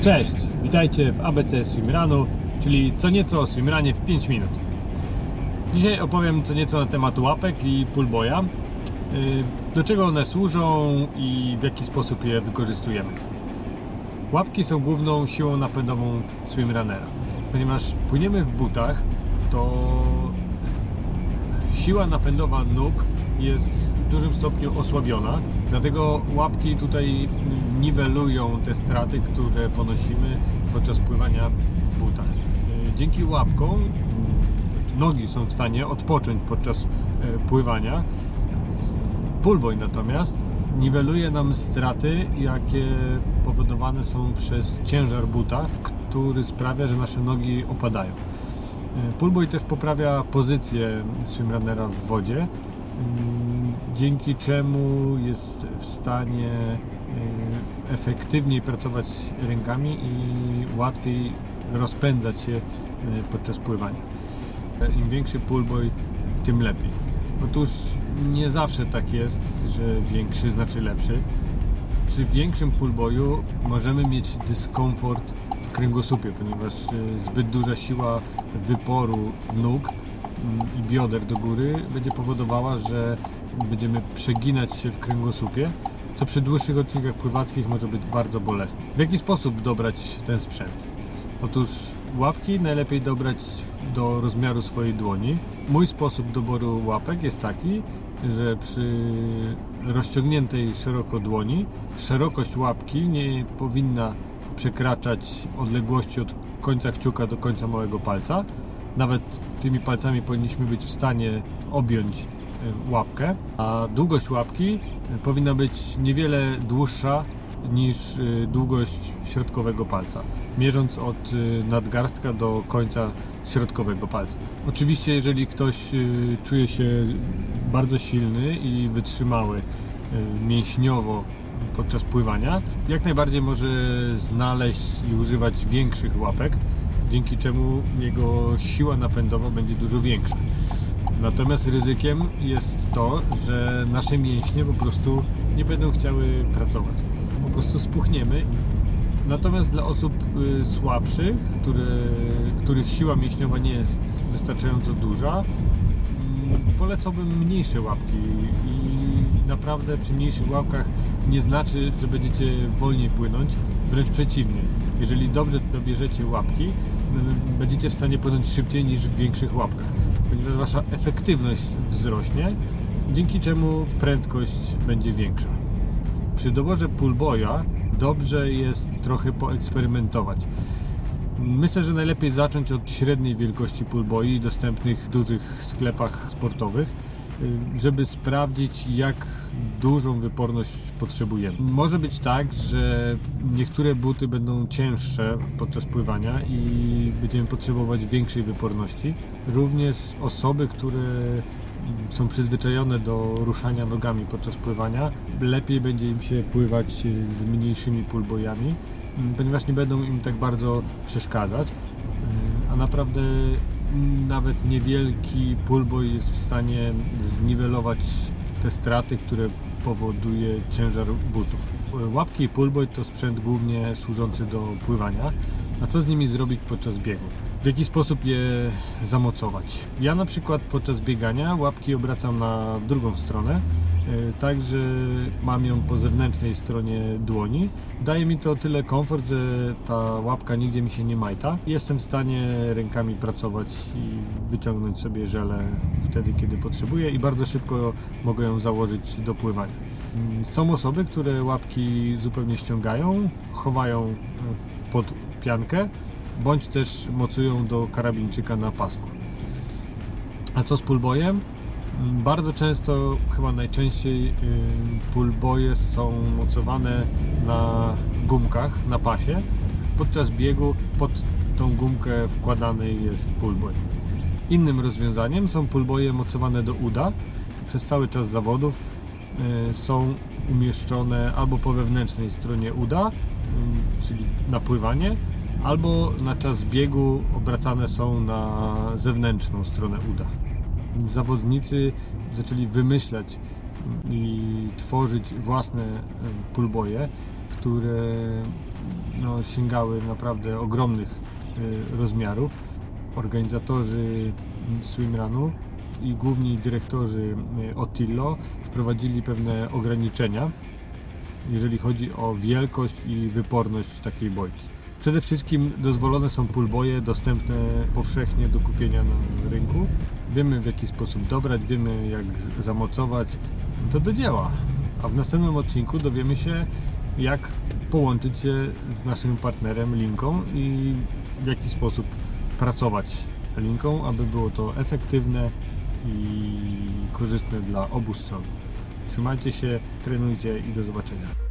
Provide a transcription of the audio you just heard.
Cześć, witajcie w ABC Swimrunu, czyli co nieco o swimrunie w 5 minut. Dzisiaj opowiem co nieco na temat łapek i pullboya, do czego one służą i w jaki sposób je wykorzystujemy. Łapki są główną siłą napędową swimrunnera. Ponieważ płyniemy w butach, to siła napędowa nóg jest w dużym stopniu osłabiona, dlatego łapki tutaj niwelują te straty, które ponosimy podczas pływania w butach. Dzięki łapkom nogi są w stanie odpocząć podczas pływania. Pullboy natomiast niweluje nam straty, jakie powodowane są przez ciężar buta, który sprawia, że nasze nogi opadają. Pullboy też poprawia pozycję swimrunnera w wodzie, dzięki czemu jest w stanie efektywniej pracować rękami i łatwiej rozpędzać się podczas pływania. Im większy pullboy, tym lepiej. Otóż nie zawsze tak jest, że większy znaczy lepszy. Przy większym pullboyu możemy mieć dyskomfort w kręgosłupie, ponieważ zbyt duża siła wyporu nóg i bioder do góry będzie powodowała, że będziemy przeginać się w kręgosłupie, co przy dłuższych odcinkach pływackich może być bardzo bolesne. W jaki sposób dobrać ten sprzęt? Otóż łapki najlepiej dobrać do rozmiaru swojej dłoni. Mój sposób doboru łapek jest taki, że przy rozciągniętej szeroko dłoni szerokość łapki nie powinna przekraczać odległości od końca kciuka do końca małego palca. Nawet tymi palcami powinniśmy być w stanie objąć łapkę, a długość łapki powinna być niewiele dłuższa niż długość środkowego palca, mierząc od nadgarstka do końca środkowego palca. Oczywiście, jeżeli ktoś czuje się bardzo silny i wytrzymały mięśniowo podczas pływania, jak najbardziej może znaleźć i używać większych łapek, dzięki czemu jego siła napędowa będzie dużo większa. Natomiast ryzykiem jest to, że nasze mięśnie po prostu nie będą chciały pracować. Po prostu spuchniemy. Natomiast dla osób słabszych, których siła mięśniowa nie jest wystarczająco duża, polecałbym mniejsze łapki i naprawdę przy mniejszych łapkach nie znaczy, że będziecie wolniej płynąć, wręcz przeciwnie. Jeżeli dobrze dobierzecie łapki, będziecie w stanie płynąć szybciej niż w większych łapkach, ponieważ wasza efektywność wzrośnie, dzięki czemu prędkość będzie większa. Przy doborze pullboya dobrze jest trochę poeksperymentować. Myślę, że najlepiej zacząć od średniej wielkości pullboi dostępnych w dużych sklepach sportowych, żeby sprawdzić, jak dużą wyporność potrzebujemy. Może być tak, że niektóre buty będą cięższe podczas pływania i będziemy potrzebować większej wyporności. Również osoby, które są przyzwyczajone do ruszania nogami podczas pływania, lepiej będzie im się pływać z mniejszymi pullboyami, ponieważ nie będą im tak bardzo przeszkadzać, a naprawdę nawet niewielki pullboy jest w stanie zniwelować te straty, które powoduje ciężar butów. Łapki i pullboy to sprzęt głównie służący do pływania. A co z nimi zrobić podczas biegu? W jaki sposób je zamocować? Ja na przykład podczas biegania łapki obracam na drugą stronę, tak że mam ją po zewnętrznej stronie dłoni. Daje mi to tyle komfort, że ta łapka nigdzie mi się nie majta. Jestem w stanie rękami pracować i wyciągnąć sobie żelę wtedy, kiedy potrzebuję i bardzo szybko mogę ją założyć do pływania. Są osoby, które łapki zupełnie ściągają, chowają pod piankę, bądź też mocują do karabinczyka na pasku. A co z pullboyem? Bardzo często, chyba najczęściej, pullboye są mocowane na gumkach, na pasie. Podczas biegu pod tą gumkę wkładany jest pullboy. Innym rozwiązaniem są pullboye mocowane do uda. Przez cały czas zawodów są umieszczone albo po wewnętrznej stronie uda, czyli na pływanie, albo na czas biegu obracane są na zewnętrzną stronę uda. Zawodnicy zaczęli wymyślać i tworzyć własne pullboye, które sięgały naprawdę ogromnych rozmiarów. Organizatorzy swimrunu i główni dyrektorzy Otillo wprowadzili pewne ograniczenia, jeżeli chodzi o wielkość i wyporność takiej bojki. Przede wszystkim dozwolone są poolboje dostępne powszechnie do kupienia na rynku. Wiemy, w jaki sposób dobrać, wiemy, jak zamocować. To do dzieła. A w następnym odcinku dowiemy się, jak połączyć się z naszym partnerem Linką i w jaki sposób pracować Linką, aby było to efektywne i korzystne dla obu stron. Trzymajcie się, trenujcie i do zobaczenia.